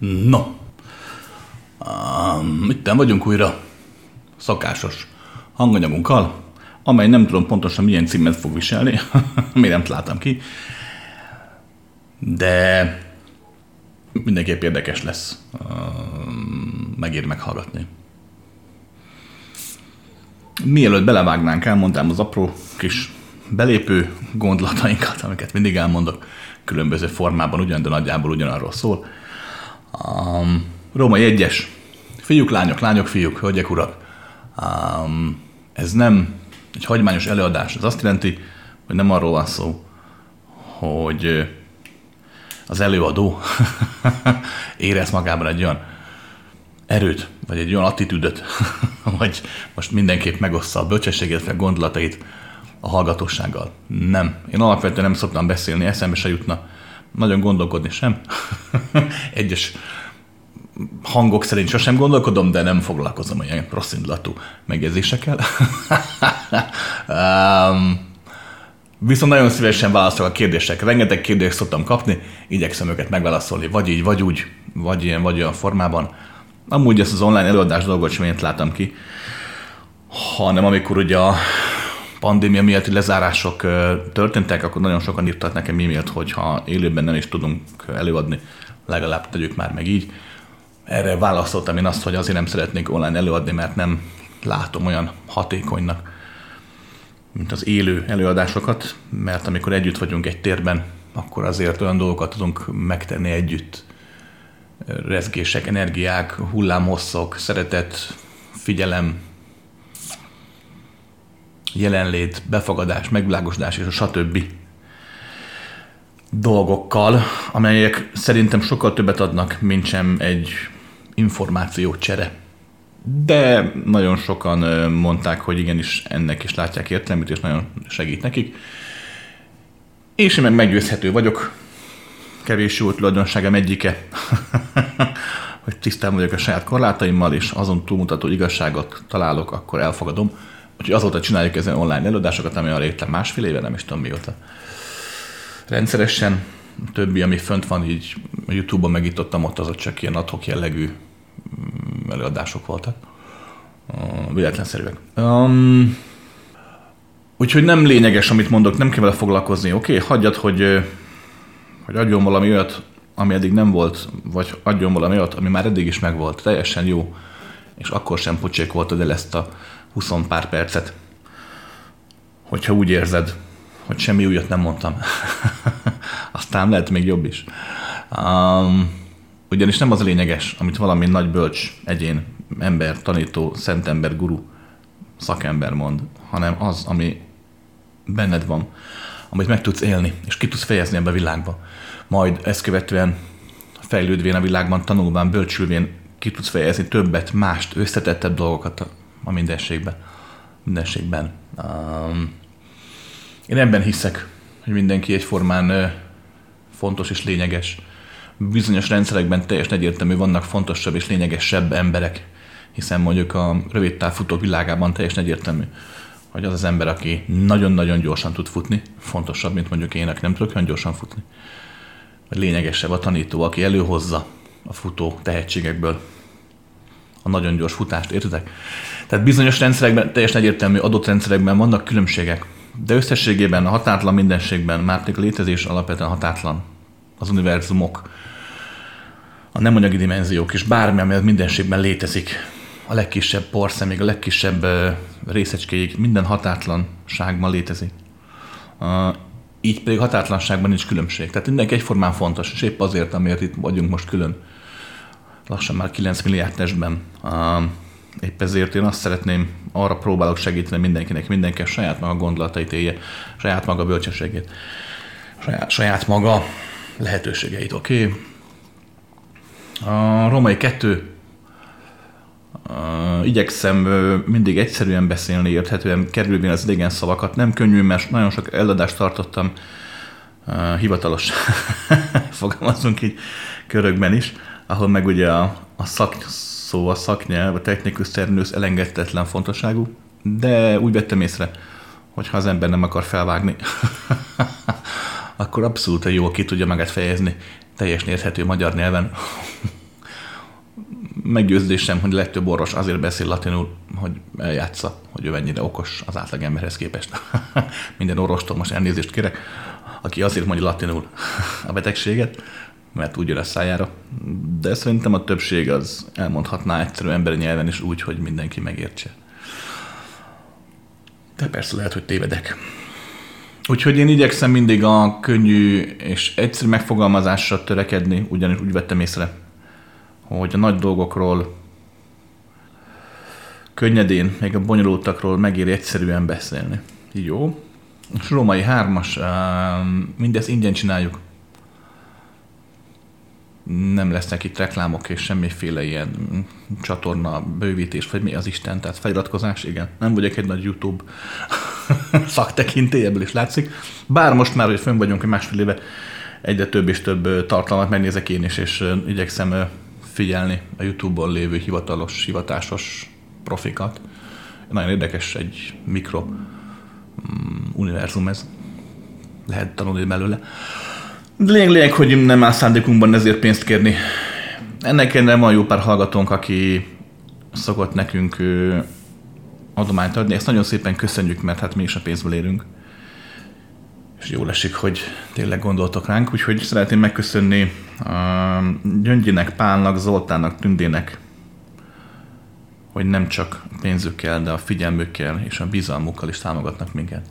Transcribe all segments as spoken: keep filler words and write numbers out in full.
No, um, itten vagyunk újra szokásos hanganyagunkkal, amely nem tudom pontosan milyen címet fog viselni, még nem találtam ki, de mindenképp érdekes lesz, um, megér meghallgatni. Mielőtt belevágnánk, elmondtam az apró kis belépő gondolatainkat, amiket mindig elmondok, különböző formában ugyan, de nagyjából ugyanarról szól. Um, Római egyes. Fiúk, lányok, lányok, fiúk, hölgyek, urak. Um, ez nem egy hagyományos előadás. Ez azt jelenti, hogy nem arról van szó, hogy az előadó érez magában egy olyan erőt, vagy egy olyan attitűdöt, hogy most mindenképp megossza a bölcsességét, vagy a gondolatait a hallgatósággal. Nem. Én alapvetően nem szoktam beszélni, eszembe se jutna nagyon gondolkodni sem. Egyes hangok szerint sosem gondolkodom, de nem foglalkozom olyan rossz indulatú megjegyzésekkel. um, viszont nagyon szívesen válaszolok a kérdésekre. Rengeteg kérdést szoktam kapni, igyekszem őket megválaszolni, vagy így, vagy úgy, vagy ilyen, vagy olyan formában. Amúgy ezt az online előadás dolgot sem én láttam ki, hanem amikor ugye a pandémia miatti lezárások történtek, akkor nagyon sokan írtak nekem e-mailt, hogy ha élőben nem is tudunk előadni, legalább tegyük már meg így. Erre válaszoltam én azt, hogy azért nem szeretnék online előadni, mert nem látom olyan hatékonynak, mint az élő előadásokat, mert amikor együtt vagyunk egy térben, akkor azért olyan dolgokat tudunk megtenni együtt. Rezgések, energiák, hullámhosszok, szeretet, figyelem, jelenlét, befogadás, megvilágosodás és a stb. Dolgokkal, amelyek szerintem sokkal többet adnak, mint sem egy információcsere. De nagyon sokan mondták, hogy igenis ennek is látják értelmét, és nagyon segít nekik. És én meg meggyőzhető vagyok, kevés jó tulajdonságom egyike, hogy tisztán vagyok a saját korlátaimmal, és azon túlmutató igazságot találok, akkor elfogadom. Úgyhogy azóta csináljuk ezen online előadásokat, ami a létre másfél éve, nem is tudom mióta. Rendszeresen, a többi, ami fönt van, így a YouTube-on megítottam, ott azok csak ilyen ad-hoc jellegű előadások voltak. Véletlenszerűek. Um, úgyhogy nem lényeges, amit mondok, nem kell vele foglalkozni. Oké, okay? Hagyjad, hogy, hogy adjon valami olyat, ami eddig nem volt, vagy adjon valami olyat, ami már eddig is megvolt. Teljesen jó, és akkor sem pocsék voltad el ezt a húsz pár percet, hogyha úgy érzed, hogy semmi újat nem mondtam. Aztán lehet még jobb is. Um, ugyanis nem az a lényeges, amit valami nagy bölcs, egyén, ember, tanító, szentember, guru, szakember mond, hanem az, ami benned van, amit meg tudsz élni, és ki tudsz fejezni ebbe a világba. Majd ezt követően fejlődvén a világban, tanulván, bölcsülvén ki tudsz fejezni többet, mást, összetettebb dolgokat a mindenségben. mindenségben. Um, én ebben hiszek, hogy mindenki egyformán uh, fontos és lényeges. Bizonyos rendszerekben teljesen egyértelmű vannak fontosabb és lényegesebb emberek, hiszen mondjuk a rövidtávfutó világában teljesen egyértelmű, hogy az az ember, aki nagyon-nagyon gyorsan tud futni, fontosabb, mint mondjuk én, aki nem tudok olyan gyorsan futni. Vagy lényegesebb a tanító, aki előhozza a futó tehetségekből a nagyon gyors futást, értitek? Tehát bizonyos rendszerekben, teljesen egyértelmű adott rendszerekben vannak különbségek, de összességében a határtlan mindenségben, már pedig a létezés alapvetően határtlan. Az univerzumok, a nem anyagi dimenziók és bármi, ami a mindenségben létezik, a legkisebb porszemig, a legkisebb részecskéig, minden határtlanságban létezik. Így pedig határtlanságban nincs különbség. Tehát mindenki egyformán fontos, és épp azért, amiért itt vagyunk most külön, lassan már kilenc milliárd testben. Épp ezért én azt szeretném, arra próbálok segíteni mindenkinek, mindenki a saját maga gondolatait élje, saját maga bölcsességét, saját, saját maga lehetőségeit, oké? Okay? A Római kettő, uh, igyekszem mindig egyszerűen beszélni, érthetően kerülvén az idegen szavakat. Nem könnyű, mert nagyon sok eladást tartottam uh, hivatalos, fogalmazunk így körökben is, ahol meg ugye a, a szakszó, a szaknyelv, a technikus terminus elengedhetetlen fontosságú, de úgy vettem észre, hogy ha az ember nem akar felvágni, akkor abszolút jól ki tudja magát fejezni teljesen érthető magyar nyelven. meggyőződésem, hogy a legtöbb orvos azért beszél latinul, hogy eljátsza, hogy ő mennyire okos az átlagemberhez képest. Minden orvostól most elnézést kérek, aki azért mondja latinul a betegséget, mert úgy jön a szájára. De szerintem a többség az elmondhatná egyszerű emberi nyelven is úgy, hogy mindenki megértse. De persze lehet, hogy tévedek. Úgyhogy én igyekszem mindig a könnyű és egyszerű megfogalmazásra törekedni, ugyanis úgy vettem észre, hogy a nagy dolgokról könnyedén, még a bonyolultakról megéri egyszerűen beszélni. Jó. És Római hármas, mindezt ingyen csináljuk. Nem lesznek itt reklámok és semmiféle ilyen csatorna bővítés, vagy mi az Isten, tehát feliratkozás, igen. Nem vagyok egy nagy YouTube szaktekintély, ebből is látszik. Bár most már, hogy fönn vagyunk, hogy másfél éve egyre több és több tartalmat megnézek én is, és igyekszem figyelni a YouTube-on lévő hivatalos, hivatásos profikat. Nagyon érdekes egy mikro univerzum ez. Lehet tanulni belőle. De lényeg, lényeg, hogy nem áll szándékunkban ezért pénzt kérni. Ennek ellenére van jó pár hallgatónk, aki szokott nekünk adományt adni. Ezt nagyon szépen köszönjük, mert hát mi is a pénzből érünk. És jól esik, hogy tényleg gondoltok ránk. Úgyhogy szeretném megköszönni Gyöngyinek, Pálnak, Zoltánnak, Tündének, hogy nem csak pénzükkel, de a figyelmükkel és a bizalmukkal is támogatnak minket.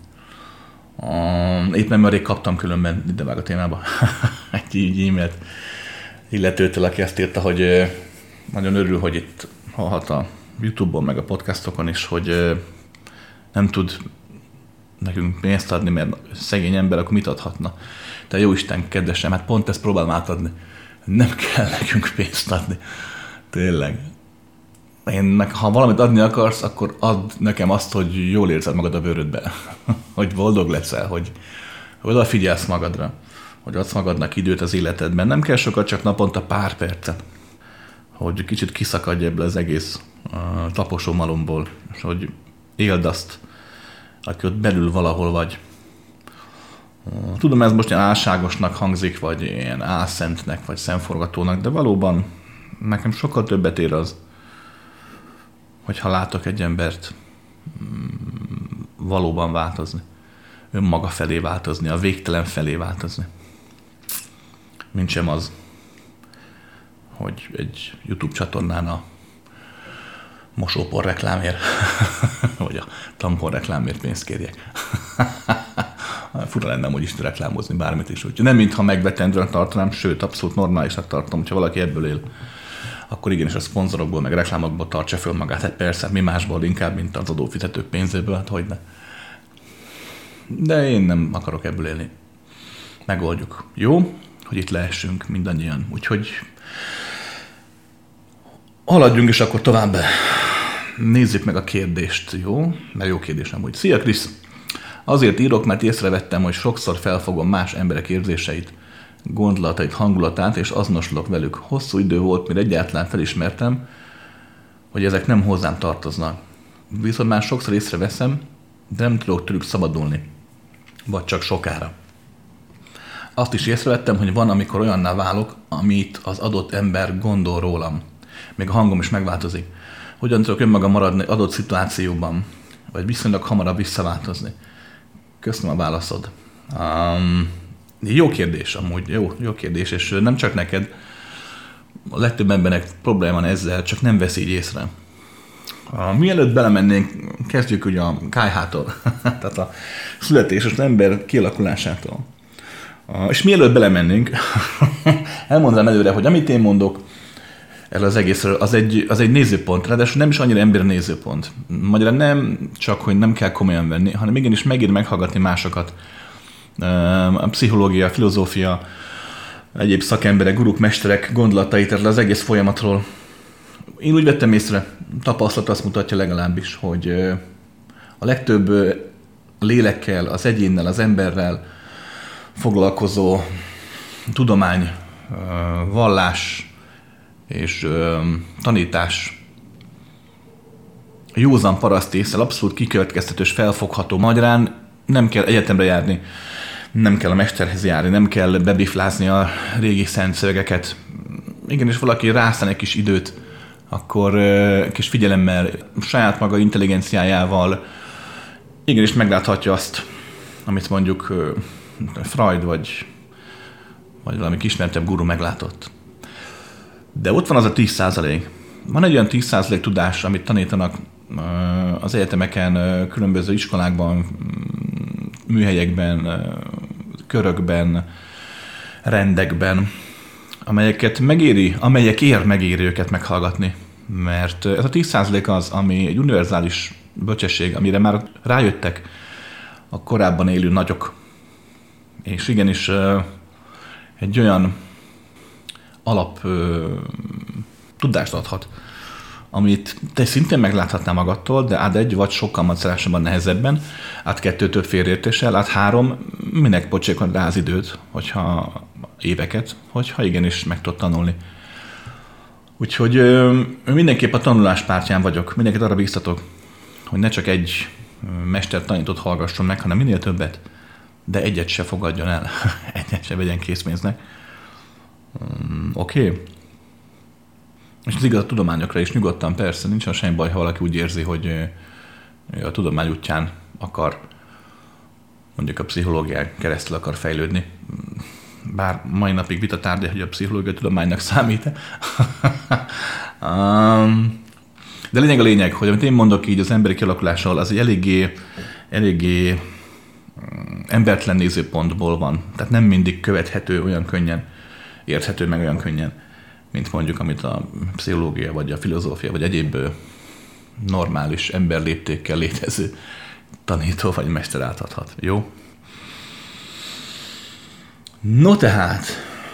Uh, éppen már rég kaptam különben idevág a témába egy e-mailt illetőtől, aki ezt írta, hogy uh, nagyon örül, hogy itt hallhat a YouTube-on, meg a podcastokon is, hogy uh, nem tud nekünk pénzt adni, mert szegény ember, akkor mit adhatna? De jóisten, kedvesem, hát pont ezt próbálom átadni. Nem kell nekünk pénzt adni. Tényleg. Én, ha valamit adni akarsz, akkor add nekem azt, hogy jól érzed magad a bőrödbe. Hogy boldog leszel, hogy, hogy odafigyelsz magadra, hogy adsz magadnak időt az életedben. Nem kell sokat, csak naponta pár percet, hogy kicsit kiszakadj ebből az egész uh, taposó malomból, és hogy éld azt, aki ott belül valahol vagy. Uh, tudom, ez most ilyen álságosnak hangzik, vagy ilyen álszentnek, vagy szemforgatónak, de valóban nekem sokkal többet ér az, hogyha látok egy embert valóban változni, önmaga felé változni, a végtelen felé változni. Mint sem az, hogy egy YouTube csatornán a mosópor reklámért, vagy a tampon reklámért pénzt kérjek. Fura lenne amúgy is reklámozni bármit is. Úgyhogy nem mintha megvetendően tartanám, sőt, abszolút normálisnak tartom, hogyha valaki ebből él, akkor igenis a szponzorokból, meg reklámokból tartsa föl magát. Hát persze, mi másból inkább, mint az adófizetők pénzéből, hát hogyne. De én nem akarok ebből élni. Megoldjuk. Jó? Hogy itt leessünk mindannyian. Úgyhogy haladjunk is akkor tovább. Nézzük meg a kérdést, jó? Mert jó kérdés amúgy. Szia, Krisz! Azért írok, mert észrevettem, hogy sokszor felfogom más emberek érzéseit, gondolatait, hangulatát, és azonosulok velük. Hosszú idő volt, mire egyáltalán felismertem, hogy ezek nem hozzám tartoznak. Viszont már sokszor észreveszem, de nem tudok tőlük szabadulni. Vagy csak sokára. Azt is észrevettem, hogy van, amikor olyanná válok, amit az adott ember gondol rólam. Még a hangom is megváltozik. Hogyan tudok önmagam maradni adott szituációban, vagy viszonylag hamarabb visszaváltozni. Köszönöm a válaszod. Um, jó kérdés amúgy, jó, jó kérdés, és nem csak neked, a legtöbb embernek probléma van ezzel, csak nem vesz így észre. Uh, mielőtt belemennénk, kezdjük ugye a ká há-tól, tehát a születéses ember kialakulásától. Uh, és mielőtt belemennénk, elmondanám előre, hogy amit én mondok erről az egészről, az egy, az egy nézőpont, ráadásul nem is annyira emberi nézőpont. Magyarán nem csak, hogy nem kell komolyan venni, hanem igenis megér meghallgatni másokat. A pszichológia, a filozófia, egyéb szakemberek, guruk, mesterek gondolatait erről az egész folyamatról. Én úgy vettem észre, tapasztalat azt mutatja legalábbis, hogy a legtöbb lélekkel, az egyénnel, az emberrel foglalkozó tudomány, vallás és tanítás józan paraszt észre, abszolút kikövetkeztetős, felfogható. Magyarán nem kell egyetemre járni, nem kell a mesterhez járni, nem kell bebiflázni a régi szent szövegeket. Igenis valaki rászán egy kis időt akkor kis figyelemmel, saját maga intelligenciájával igenis megláthatja azt, amit mondjuk Freud vagy, vagy valami kismertebb guru meglátott. De ott van az a tíz százalék. Van egy olyan tíz százalék tudás, amit tanítanak az egyetemeken, különböző iskolákban, műhelyekben, körökben, rendekben, amelyeket megéri, amelyek ér megéri őket meghallgatni. Mert ez a tíz százalék az, ami egy univerzális bölcsesség, amire már rájöttek a korábban élő nagyok. És igenis egy olyan alap tudást adhat, amit te szintén megláthatnál magadtól, de át egy vagy sokkal macerásabban, nehezebben, át kettő több félreértéssel, át három, minek pocsékod rá az időt, hogyha éveket, hogyha igenis meg tudod tanulni. Úgyhogy ö, mindenképp a tanulás pártján vagyok, mindenkit arra bíztatok, hogy ne csak egy mester tanítót hallgasson meg, hanem minél többet, de egyet se fogadjon el, egyet se vegyen készpénznek. Um, Oké? Okay. És ez igaz a tudományokra is, nyugodtan persze, nincs semmi baj, ha valaki úgy érzi, hogy a tudomány útján akar, mondjuk a pszichológián keresztül akar fejlődni. Bár mai napig vita tárgya, hogy a pszichológia tudománynak számít. um, de lényeg a lényeg, hogy amit én mondok így az emberi kialakulásról, az egy eléggé, eléggé embertlen nézőpontból van. Tehát nem mindig követhető olyan könnyen, érthető meg olyan könnyen, mint mondjuk, amit a pszichológia, vagy a filozófia, vagy egyéb normális emberléptékkel létező tanító vagy mester átadhat. Jó? No tehát,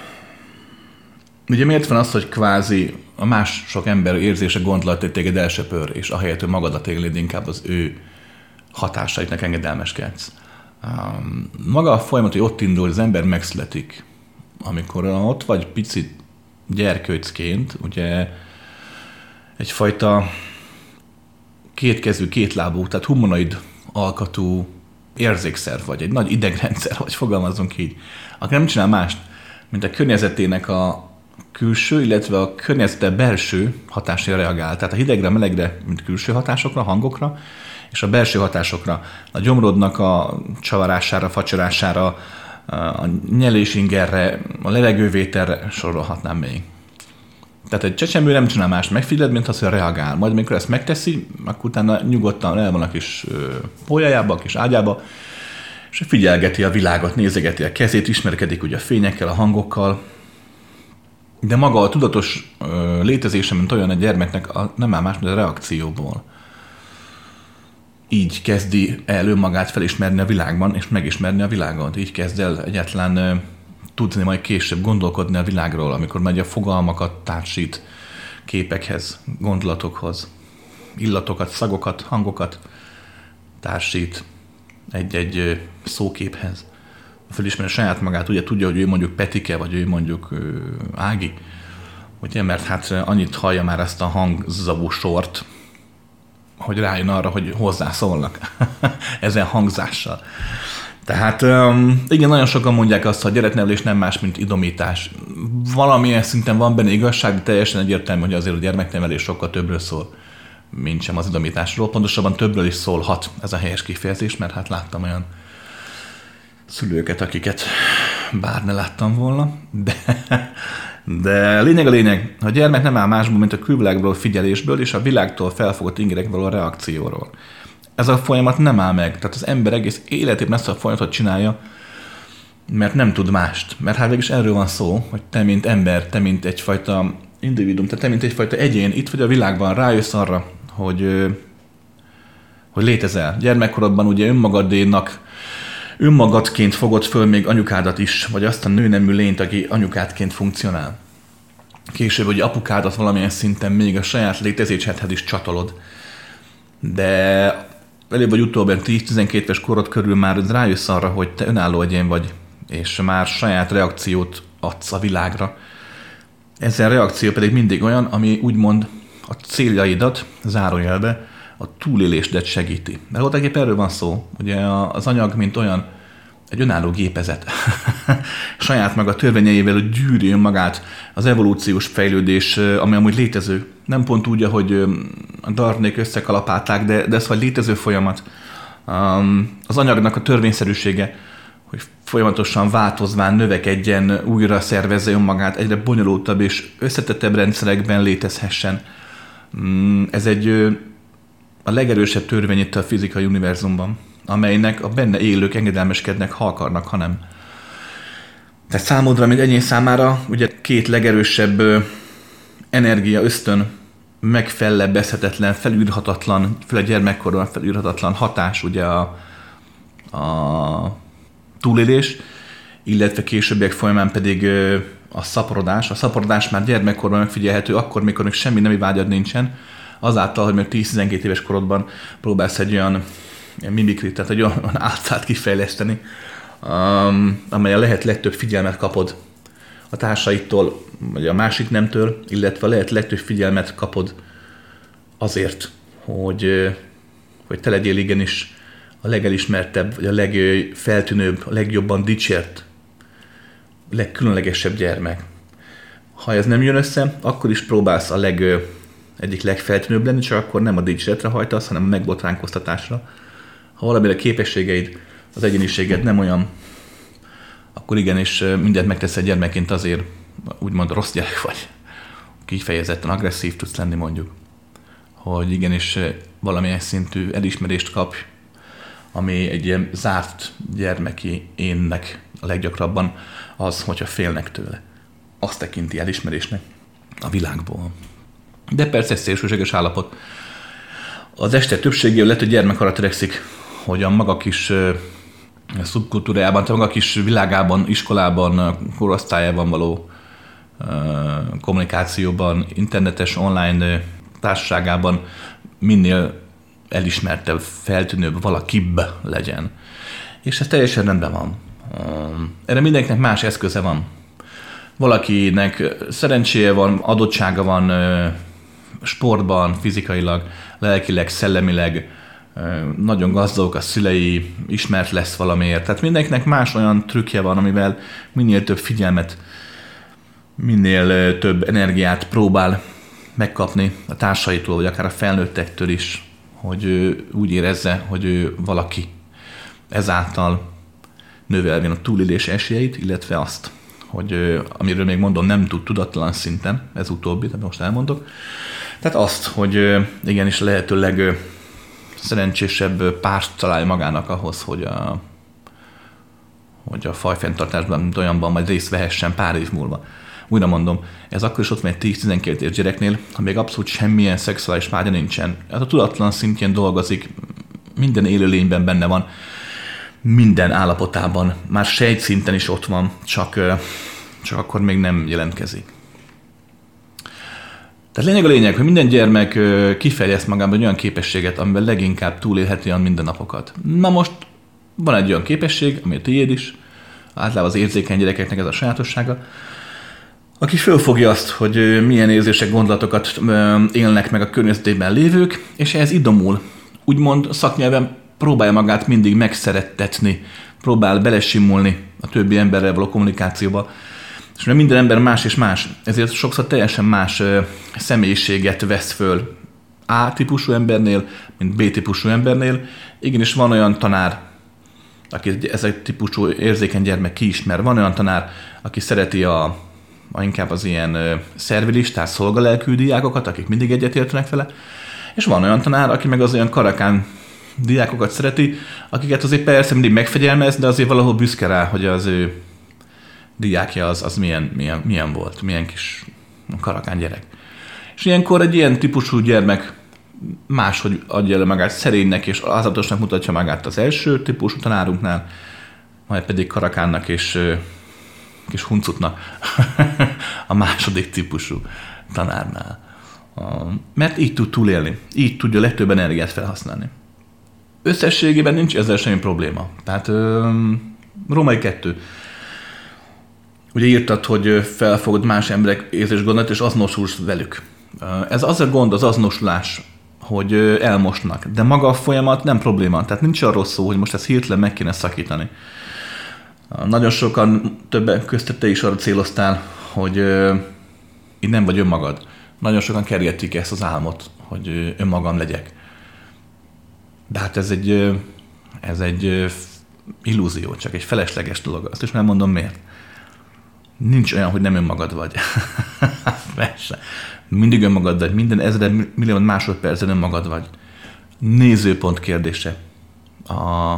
ugye miért van az, hogy kvázi a más sok ember érzése, gondolat, hogy téged elsöpör, és ahelyett, hogy magadat éled, inkább az ő hatásaiknak engedelmeskedsz. Maga a folyamat, hogy ott indul, az ember megszületik. Amikor ott vagy picit gyerkőcként, ugye egyfajta kétkezű, kétlábú, tehát humanoid alkatú érzékszerv vagy, egy nagy idegrendszer, vagy fogalmazunk így, aki nem csinál mást, mint a környezetének a külső, illetve a környezete belső hatásra reagál. Tehát a hidegre, melegre, mint külső hatásokra, hangokra, és a belső hatásokra, a gyomrodnak a csavarására, facsorására, a nyelésingerre, a levegővételre sorolhatnám még. Tehát egy csecsemő nem csinál más, megfigyeled, mint az, hogy reagál. Majd amikor ezt megteszi, akkor utána nyugodtan el van a kis pólyájába, a kis ágyába, és figyelgeti a világot, nézegeti a kezét, ismerkedik ugye a fényekkel, a hangokkal. De maga a tudatos létezése, mint olyan a gyermeknek, nem áll más, mint a reakcióból. Így kezdi el önmagát felismerni a világban, és megismerni a világot. Így kezd el egyáltalán tudni majd később gondolkodni a világról, amikor megy a fogalmakat társít képekhez, gondolatokhoz, illatokat, szagokat, hangokat társít egy-egy szóképhez. Felismeri saját magát, ugye tudja, hogy ő mondjuk Petike, vagy ő mondjuk Ági, ugye, mert hát annyit hallja már ezt a hangzavú sort, hogy rájön arra, hogy hozzászólnak ezen hangzással. Tehát igen, nagyon sokan mondják azt, hogy a gyereknevelés nem más, mint idomítás. Valamilyen szinten van benne igazság, de teljesen egyértelmű, hogy azért a gyermeknevelés sokkal többről szól, mint sem az idomításról. Pontosabban többről is szólhat ez a helyes kifejezés, mert hát láttam olyan szülőket, akiket bár ne láttam volna, de, de lényeg a lényeg, a gyermek nem áll másból, mint a külvilágból figyelésből és a világtól felfogott ingerekből a reakcióról. Ez a folyamat nem áll meg, tehát az ember egész életében ezt a folyamatot csinálja, mert nem tud mást. Mert hát végülis erről van szó, hogy te, mint ember, te, mint egyfajta individuum, te, te mint egyfajta egyén, itt vagy a világban, rájössz arra, hogy, hogy létezel. Gyermekkorodban ugye önmagadénak önmagadként fogod föl még anyukádat is, vagy azt a nőnemű lényt, aki anyukádként funkcionál. Később, hogy apukádat valamilyen szinten még a saját létezésedhez is csatolod. De előbb vagy utóbb tíz-tizenkét éves korod körül már rájössz arra, hogy te önálló egyén vagy, és már saját reakciót adsz a világra. Ez a reakció pedig mindig olyan, ami úgymond a céljaidat, zárójelbe, a túlélésedet segíti. Mert voltaképp erről van szó. Ugye az anyag, mint olyan, egy önálló gépezet. Saját maga törvényeivel gyűri magát az evolúciós fejlődés, ami amúgy létező. Nem pont úgy, ahogy a darnék összekalapálták, de, de ez vagy létező folyamat. Az anyagnak a törvényszerűsége, hogy folyamatosan változván növekedjen, újra szervezze önmagát, egyre bonyolultabb és összetettebb rendszerekben létezhessen. Ez egy a legerősebb törvény itt a fizikai univerzumban, amelynek a benne élők engedelmeskednek, ha akarnak, ha nem. Tehát számodra, mint enyém számára, ugye két legerősebb energia, ösztön, megfellebbezhetetlen, felülhatatlan, főleg gyermekkorban felülhatatlan hatás, ugye a, a túlélés, illetve későbbiek folyamán pedig a szaporodás. A szaporodás már gyermekkorban megfigyelhető, akkor, mikor még semmi nemi vágyad nincsen, azáltal, hogy még tíz-tizenkét éves korodban próbálsz egy olyan mimikrit, tehát egy olyan álcát kifejleszteni, um, amelyen lehet legtöbb figyelmet kapod a társaitól, vagy a másik nemtől, illetve lehet legtöbb figyelmet kapod azért, hogy, hogy te legyél igenis a legelismertebb, vagy a legfeltűnőbb, a legjobban dicsért, a legkülönlegesebb gyermek. Ha ez nem jön össze, akkor is próbálsz a leg, egyik legfeltűnőbb lenni, csak akkor nem a dicséretre hajtasz, hanem a megbotránkoztatásra. Ha valamire képességeid, az egyéniséged nem olyan, akkor igenis mindent megtesz gyermekként azért, úgymond rossz gyerek vagy, kifejezetten agresszív tudsz lenni mondjuk, hogy igenis valamilyen szintű elismerést kapj, ami egy ilyen zárt gyermeki énnek a leggyakrabban az, hogyha félnek tőle. Azt tekinti elismerésnek a világból. De persze ez szélsőséges állapot. Az este többségével lehet, hogy gyermek arra törekszik, hogy a maga kis szubkultúrájában, a maga kis világában, iskolában, korosztályában való kommunikációban, internetes, online társaságában minél elismertebb, feltűnőbb, valakibb legyen. És ez teljesen rendben van. Erre mindenkinek más eszköze van. Valakinek szerencséje van, adottsága van sportban, fizikailag, lelkileg, szellemileg, nagyon gazdagok a szülei, ismert lesz valamiért. Tehát mindenkinek más olyan trükkje van, amivel minél több figyelmet, minél több energiát próbál megkapni a társaitól, vagy akár a felnőttektől is, hogy ő úgy érezze, hogy ő valaki. Ezáltal növelvén a túlélés esélyeit, illetve azt, hogy amiről még mondom, nem tud tudatlan szinten, ez utóbbi, tehát most elmondok. Tehát azt, hogy igenis lehetőleg szerencsésebb párt találj magának ahhoz, hogy a, hogy a fajfenntartásban, mint olyanban majd részt vehessen pár év múlva. Újra mondom, ez akkor is ott van egy tíz-tizenkét éves gyereknél, ha még abszolút semmilyen szexuális vágya nincsen. Hát a tudatlan szintjén dolgozik, minden élőlényben benne van, minden állapotában, már sejtszinten is ott van, csak, csak akkor még nem jelentkezik. Tehát lényeg a lényeg, hogy minden gyermek kifejleszt magában egy olyan képességet, amivel leginkább túlélheti a mindennapokat. Na most van egy olyan képesség, ami a tiéd is, általában az érzékeny gyerekeknek ez a sajátossága, aki fölfogja azt, hogy milyen érzések, gondolatokat élnek meg a környezetében lévők, és ehhez idomul. Úgymond szaknyelven próbálja magát mindig megszerettetni, próbál belesimulni a többi emberrel való kommunikációba. És mert minden ember más és más, ezért sokszor teljesen más személyiséget vesz föl A-típusú embernél, mint B-típusú embernél. Igenis van olyan tanár, aki ez egy típusú érzékeny gyermek kiismer. Van olyan tanár, aki szereti a, a inkább az ilyen szervilistás, szolgalelkű diákokat, akik mindig egyetértenek vele. És van olyan tanár, aki meg az olyan karakán diákokat szereti, akiket azért persze mindig megfegyelmez, de azért valahol büszke rá, hogy az ő diákja az, az milyen, milyen, milyen volt, milyen kis karakán gyerek. És ilyenkor egy ilyen típusú gyermek máshogy adja el magát szerénynek és alázatosnak mutatja magát az első típusú tanárunknál, majd pedig karakánnak és kis huncutnak a második típusú tanárnál. Mert így tud túlélni, így tudja legtöbb energiát felhasználni. Összességében nincs ezzel semmi probléma. Tehát Római kettő. Ugye írtad, hogy felfogod más emberek érzés gondolatot, és azonosulsz velük. Ez az a gond, az azonosulás, hogy elmosnak. De maga a folyamat nem probléma. Tehát nincs arról szó, hogy most ezt hirtelen meg kéne szakítani. Nagyon sokan, többen között te is arra céloztál, hogy ö, így nem vagy önmagad. Nagyon sokan kergetik ezt az álmot, hogy önmagam legyek. De hát ez egy, ez egy illúzió, csak egy felesleges dolog. Azt is már mondom miért. Nincs olyan, hogy nem önmagad vagy. Persze. Mindig önmagad vagy, minden ezred millió másodpercen önmagad vagy. Nézőpont kérdése. A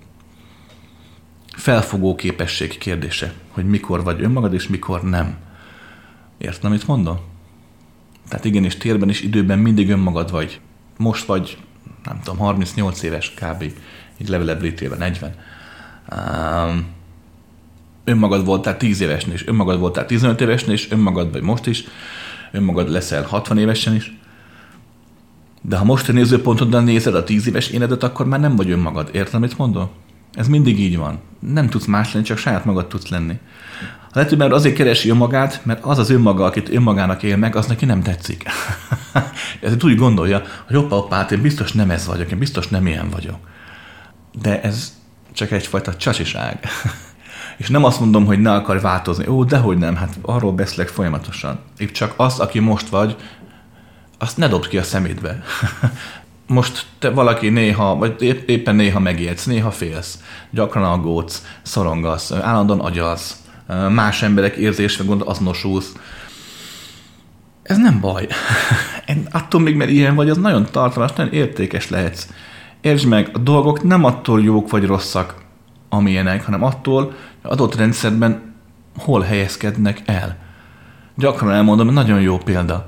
felfogó képesség kérdése, hogy mikor vagy önmagad, és mikor nem. Érted, amit mondom? Tehát igenis térben és időben mindig önmagad vagy. Most vagy, nem tudom, harmincnyolc éves kb. Így levelebb létében, negyven. Um, önmagad voltál tíz évesnél, és önmagad voltál tizenöt évesnél, és önmagad vagy most is, önmagad leszel hatvan évesen is. De ha most a nézőpontoddal nézed a tíz éves énedet, akkor már nem vagy önmagad. Érted, amit mondom? Ez mindig így van. Nem tudsz más lenni, csak saját magad tudsz lenni. A legtöbb azért keresi önmagát, mert az az önmaga, akit önmagának él meg, az neki nem tetszik. Ezért úgy gondolja, hogy hoppá, hoppá, hát én biztos nem ez vagyok, én biztos nem ilyen vagyok. De ez csak egyfajta csacsiság. És nem azt mondom, hogy ne akarj változni. Ó, dehogy nem, hát arról beszélek folyamatosan. Épp csak az, aki most vagy, azt ne dobd ki a szemétbe. Most te valaki néha, vagy épp, éppen néha megijedsz, néha félsz, gyakran aggódsz, szorongasz, állandóan agyalsz, más emberek érzésre gondol, azonosulsz. Ez nem baj. Attól még, mert ilyen vagy, az nagyon tartalmas, nagyon értékes lehetsz. Értsd meg, a dolgok nem attól jók vagy rosszak, amilyenek, hanem attól, hogy adott rendszerben hol helyezkednek el. Gyakran elmondom, hogy nagyon jó példa.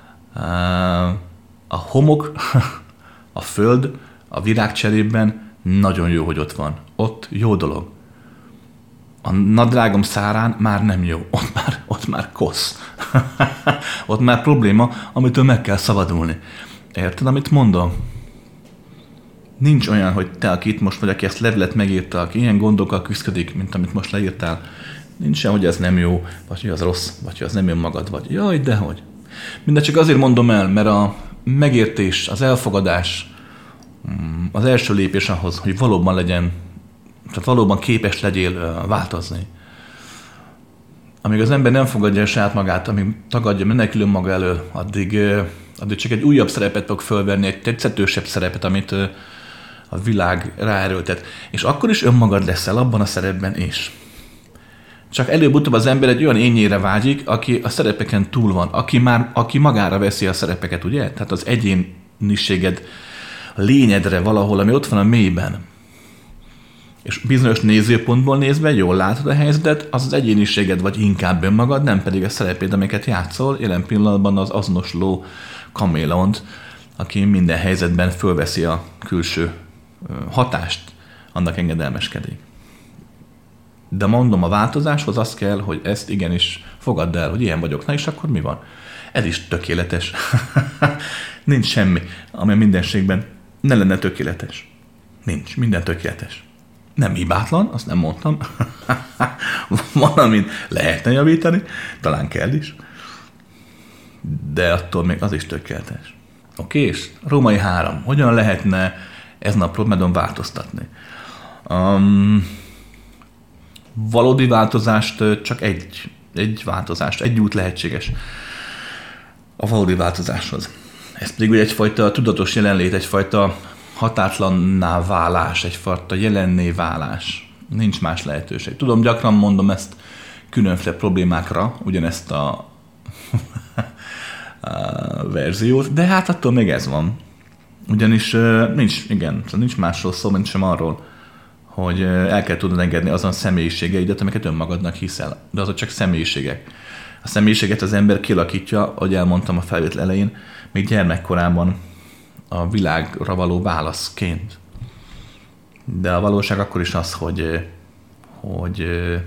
A homok, a föld, a virágcserében nagyon jó, hogy ott van. Ott jó dolog. A nadrágom szárán már nem jó. Ott már, ott már kosz. Ott már probléma, amitől meg kell szabadulni. Érted, amit mondom? Nincs olyan, hogy te, aki itt most vagy, aki ezt levelet megírta, aki ilyen gondokkal küzdik, mint amit most leírtál. Nincs olyan, hogy ez nem jó, vagy hogy az rossz, vagy hogy az nem önmagad vagy. Jaj, dehogy. Mindegy, csak azért mondom el, mert a megértés, az elfogadás az első lépés ahhoz, hogy valóban legyen, tehát valóban képes legyél változni. Amíg az ember nem fogadja el saját magát, amíg tagadja, menekül önmaga elől, addig, addig csak egy újabb szerepet fog fölvenni, egy tetszetősebb szerepet, amit a világ ráerőltet. És akkor is önmagad leszel abban a szerepben is. Csak előbb-utóbb az ember egy olyan énnyére vágyik, aki a szerepeken túl van, aki már aki magára veszi a szerepeket, ugye? Tehát az egyéniséged, a lényedre valahol, ami ott van a mélyben. És bizonyos nézőpontból nézve jól látod a helyzetet, az az egyéniséged vagy inkább önmagad, nem pedig a szerepéd, amiket játszol, jelen pillanatban az azonosuló kaméleont, aki minden helyzetben fölveszi a külső hatást, annak engedelmeskedik. De mondom, a változáshoz az kell, hogy ezt igenis fogadd el, hogy ilyen vagyok. Na és akkor mi van? Ez is tökéletes. Nincs semmi, ami mindenségben ne lenne tökéletes. Nincs, minden tökéletes. Nem hibátlan, azt nem mondtam. Van, amit lehetne javítani, talán kell is. De attól még az is tökéletes. Oké, és Római három. Hogyan lehetne ezen a problémádon változtatni? Um, valódi változást csak egy, egy változást, egy út lehetséges a valódi változáshoz. Ez pedig egyfajta tudatos jelenlét, egyfajta határtlanná válás, egyfajta jelenné válás. Nincs más lehetőség. Tudom, gyakran mondom ezt különféle problémákra, ugyanezt a, a verziót, de hát attól még ez van. Ugyanis nincs, igen, nincs másról szó, mint sem arról, hogy el kell tudnod engedni azon személyiségeidet, amiket önmagadnak hiszel. De azok csak személyiségek. A személyiséget az ember kialakítja, ahogy elmondtam a felvétel elején, még gyermekkorában a világra való válaszként. De a valóság akkor is az, hogy, hogy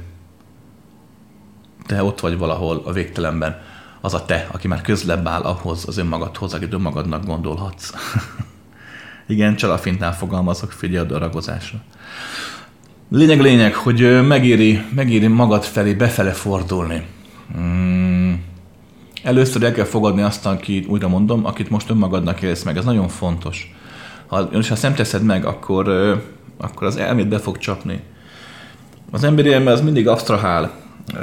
te ott vagy valahol a végtelenben. Az a te, aki már közlebb áll ahhoz az önmagadhoz, akit önmagadnak gondolhatsz. Igen, csalafintnál fogalmazok, figyelj a daragozásra. Lényeg lényeg, hogy megéri, megéri magad felé, befele fordulni. Hmm. Először el kell fogadni azt, akit, újra mondom, akit most önmagadnak élsz meg. Ez nagyon fontos. Ha, és ha ezt nem teszed meg, akkor, akkor az elméd be fog csapni. Az emberi elme az mindig absztrahál.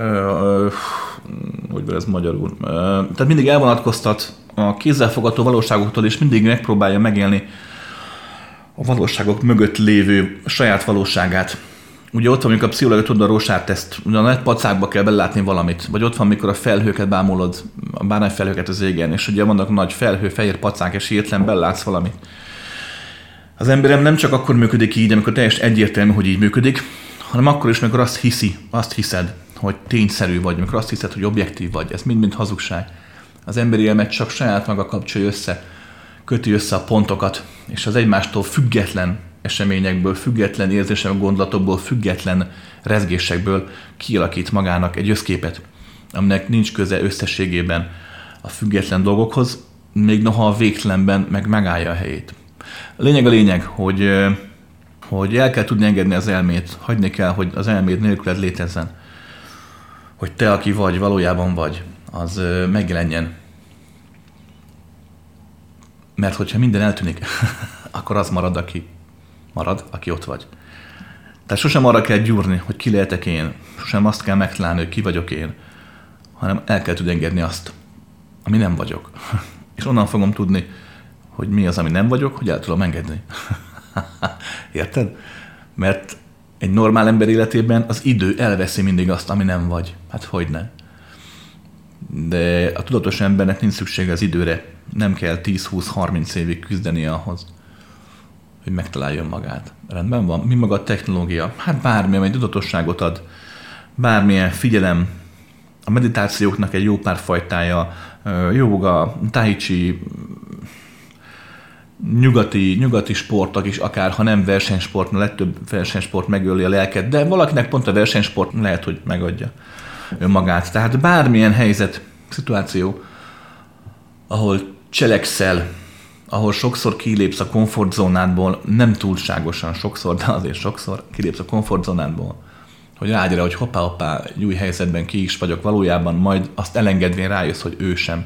Hogy van ez magyarul? Tehát mindig elvonatkoztat a kézzelfogható valóságoktól, és mindig megpróbálja megélni a valóságok mögött lévő saját valóságát. Ugye ott van, amikor a pszichológia tud a Rorschach-teszt, ugye a nagy pacákba kell belátni valamit, vagy ott van, mikor a felhőket bámulod, a bármely felhőket az égen, és ugye vannak nagy felhő, fehér pacák, és hirtelen belátsz valamit. Az emberem nem csak akkor működik így, amikor teljesen egyértelmű, hogy így működik, hanem akkor is, amikor azt hiszi, azt hiszed, hogy tényszerű vagy, amikor azt hiszed, hogy objektív vagy. Ez mind-mind hazugság. Az emberi elme csak saját maga kapcsolja össze, köti össze a pontokat, és az egymástól független eseményekből, független érzések, gondolatokból, független rezgésekből kialakít magának egy összképet, aminek nincs köze összességében a független dolgokhoz, még noha a végtelenben meg megállja a helyét. A lényeg a lényeg, hogy, hogy el kell tudni engedni az elmét, hagyni kell, hogy az elméd nélküled létezzen, hogy te, aki vagy, valójában vagy, az megjelenjen. Mert hogyha minden eltűnik, akkor az marad, aki marad, aki ott vagy. Tehát sosem arra kell gyúrni, hogy ki lehetek én, sosem azt kell megtalálni, hogy ki vagyok én, hanem el kell tudni engedni azt, ami nem vagyok. És onnan fogom tudni, hogy mi az, ami nem vagyok, hogy el tudom engedni. Érted? Mert egy normál ember életében az idő elveszi mindig azt, ami nem vagy. Hát hogyne. De a tudatos embernek nincs szüksége az időre. Nem kell tíz-húsz-harminc évig küzdeni ahhoz, hogy megtaláljon magát. Rendben van? Mi maga a technológia? Hát bármi, amely tudatosságot ad, bármilyen figyelem, a meditációknak egy jó pár fajtája, jóga, tai chi, nyugati, nyugati sportok is, akár ha nem versenysport, a legtöbb versenysport megöli a lelket, de valakinek pont a versenysport lehet, hogy megadja önmagát. Tehát bármilyen helyzet, szituáció, ahol cselekszel, ahol sokszor kilépsz a komfortzónádból, nem túlságosan sokszor, de azért sokszor kilépsz a komfortzónádból, hogy rágyere, hogy hoppá-hoppá, egy új helyzetben ki is vagyok valójában, majd azt elengedvén rájössz, hogy ő sem.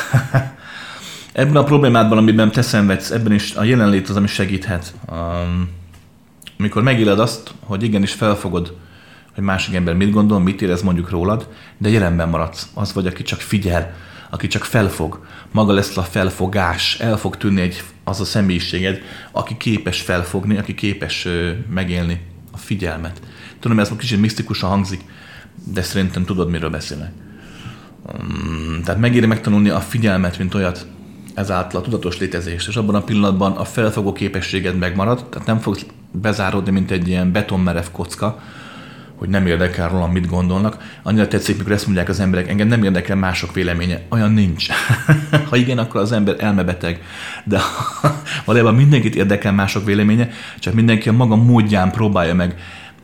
Ebben a problémádban, amiben te szenvedsz, ebben is a jelenlét az, ami segíthet. Um, amikor megéled azt, hogy igenis felfogod, hogy másik ember mit gondol, mit érez mondjuk rólad, de jelenben maradsz. Az vagy, aki csak figyel, aki csak felfog. Maga lesz a felfogás. El fog tűnni egy, az a személyiséged, aki képes felfogni, aki képes ö, megélni a figyelmet. Tudom, ez most kicsit misztikusan hangzik, de szerintem tudod, miről beszélek. Um, tehát megéri megtanulni a figyelmet, mint olyat, ezáltal a tudatos létezést, és abban a pillanatban a felfogó képességed megmarad, tehát nem fogsz bezáródni, mint egy ilyen betonmerev kocka, hogy nem érdekel rólam, mit gondolnak. Annyira tetszik, mikor ezt mondják az emberek, engem nem érdekel mások véleménye. Olyan nincs. Ha igen, akkor az ember elmebeteg. De valójában mindenkit érdekel mások véleménye, csak mindenki a maga módján próbálja meg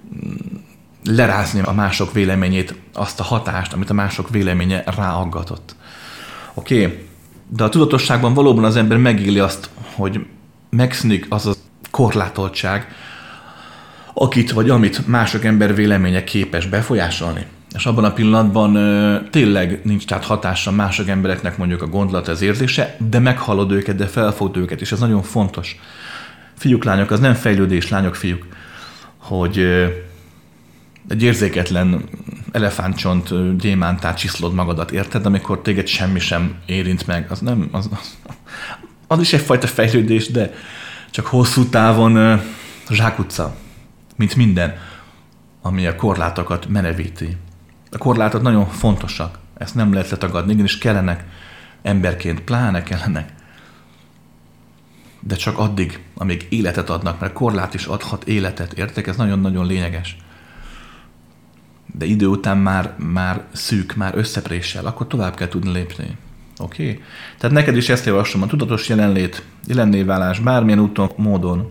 lerázni a mások véleményét, azt a hatást, amit a mások véleménye ráaggatott. Oké? Okay. De a tudatosságban valóban az ember megéli azt, hogy megszűnik az a korlátoltság, akit vagy amit mások ember véleménye képes befolyásolni. És abban a pillanatban ö, tényleg nincs tehát hatása mások embereknek mondjuk a gondolat, az érzése, de meghallod őket, de felfogd őket, és ez nagyon fontos. Fiúk, lányok, az nem fejlődés, lányok, fiúk, hogy ö, egy érzéketlen elefántcsont gyémántát csiszlod magadat, érted? Amikor téged semmi sem érint meg, az nem, az, az, az is egyfajta fejlődés, de csak hosszú távon ö, zsákutca, mint minden, ami a korlátokat merevíti. A korlátok nagyon fontosak, ezt nem lehet letagadni, igenis kellenek emberként, pláne kellenek. De csak addig, amíg életet adnak, mert korlát is adhat életet, értek? Ez nagyon-nagyon lényeges. De idő után már, már szűk, már összeprésel, akkor tovább kell tudni lépni. Oké? Okay? Tehát neked is ezt javaslom, a tudatos jelenlét, jelenné válás, bármilyen úton, módon.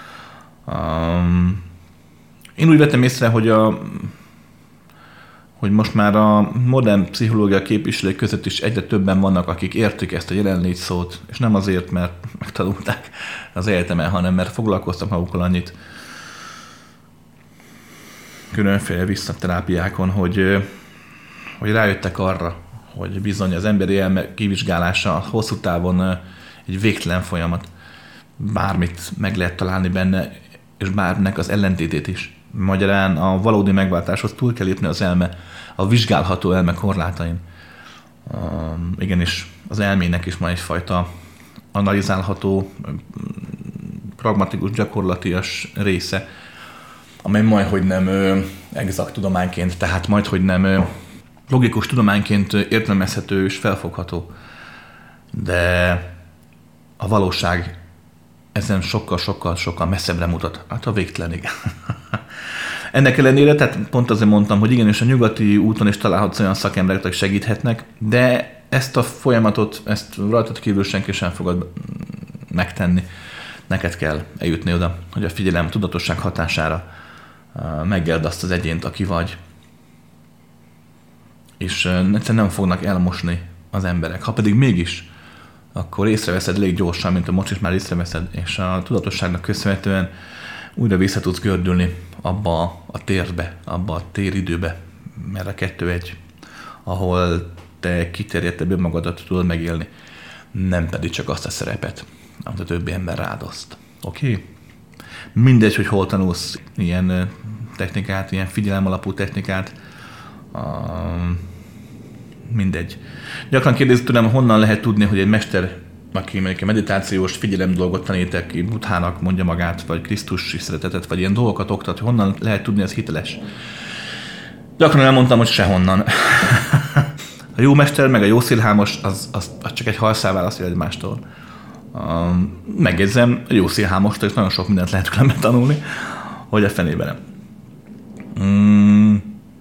Um, én úgy vettem észre, hogy, a, hogy most már a modern pszichológia képviselők között is egyre többen vannak, akik értik ezt a jelenlét szót, és nem azért, mert megtanulták az egyetemen, hanem mert foglalkoztak magukkal annyit különféle visszaterápiákon, hogy, hogy rájöttek arra, hogy bizony az emberi elme kivizsgálása hosszú távon egy végtelen folyamat. Bármit meg lehet találni benne, és bárminek az ellentétét is. Magyarán a valódi megváltáshoz túl kell lépni az elme, a vizsgálható elme korlátain. Uh, igenis, az elmének is van egyfajta analizálható, pragmatikus, gyakorlatias része, amely majdhogy nem ö, exakt tudományként, tehát majdhogy nem ö, logikus tudományként értelmezhető és felfogható. De a valóság ezen sokkal-sokkal-sokkal messzebbre mutat, hát a végtelenig. Ennek ellenére, tehát pont azért mondtam, hogy igenis a nyugati úton is találhatsz olyan szakemberek, akik segíthetnek, de ezt a folyamatot, ezt rajtad kívül senki sem fogad megtenni. Neked kell eljutni oda, hogy a figyelem, a tudatosság hatására megéld azt az egyént, aki vagy. És egyszerűen nem fognak elmosni az emberek. Ha pedig mégis, akkor észreveszed elég gyorsan, mint a most is már észreveszed, és a tudatosságnak köszönhetően újra vissza tudsz gördülni abba a térbe, abba a téridőbe, mert a kettő egy, ahol te kiterjedtebb önmagadat tudod megélni, nem pedig csak azt a szerepet, amit a többi ember rád oszt. Oké? Okay? Mindegy, hogy hol tanulsz ilyen technikát, ilyen figyelem alapú technikát, uh, mindegy. Gyakran kérdezik tőlem, honnan lehet tudni, hogy egy mester, aki mondjuk meditációs figyelem dolgot tanít, aki Buddhának mondja magát, vagy Krisztus szeretetet, vagy ilyen dolgokat oktat, hogy honnan lehet tudni, ez hiteles. Gyakran elmondtam, hogy sehonnan. A jó mester, meg a jó szélhámos, az, az, az csak egy halszál válaszol egymástól. Uh, megjegyzem, a jó szélhámostól is nagyon sok mindent lehet különben tanulni, hogy a fenében nem. Mm.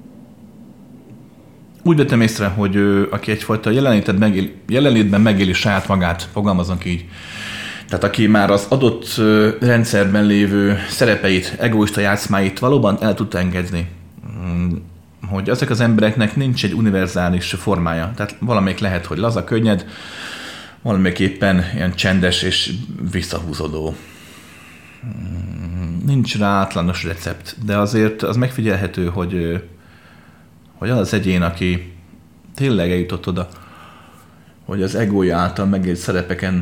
Úgy vettem észre, hogy ő, aki egyfajta megél, jelenlétben megéli saját magát, fogalmazunk így. Tehát aki már az adott rendszerben lévő szerepeit, egoista játszmáit valóban el tudta engedni. Hogy ezek az embereknek nincs egy univerzális formája. Tehát valamelyik lehet, hogy laza, könnyed, valamelyik éppen ilyen csendes és visszahúzódó. Nincs rá általános recept, de azért az megfigyelhető, hogy hogy az az egyén, aki tényleg eljutott oda, hogy az egója által megélt szerepeken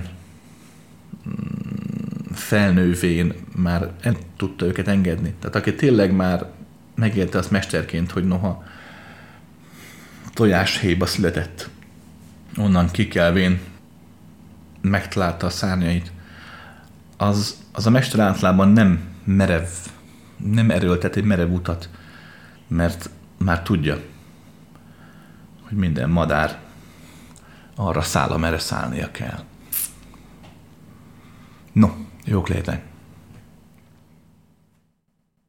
felnővén már el tudta őket engedni. Tehát aki tényleg már megélte azt mesterként, hogy noha tojáshéjba született, onnan kikelvén megtalálta a szárnyait, az, az a mester általában nem merev, nem erőltet egy merev utat, mert már tudja, hogy minden madár arra száll, amerre szállnia kell. No, jók létek!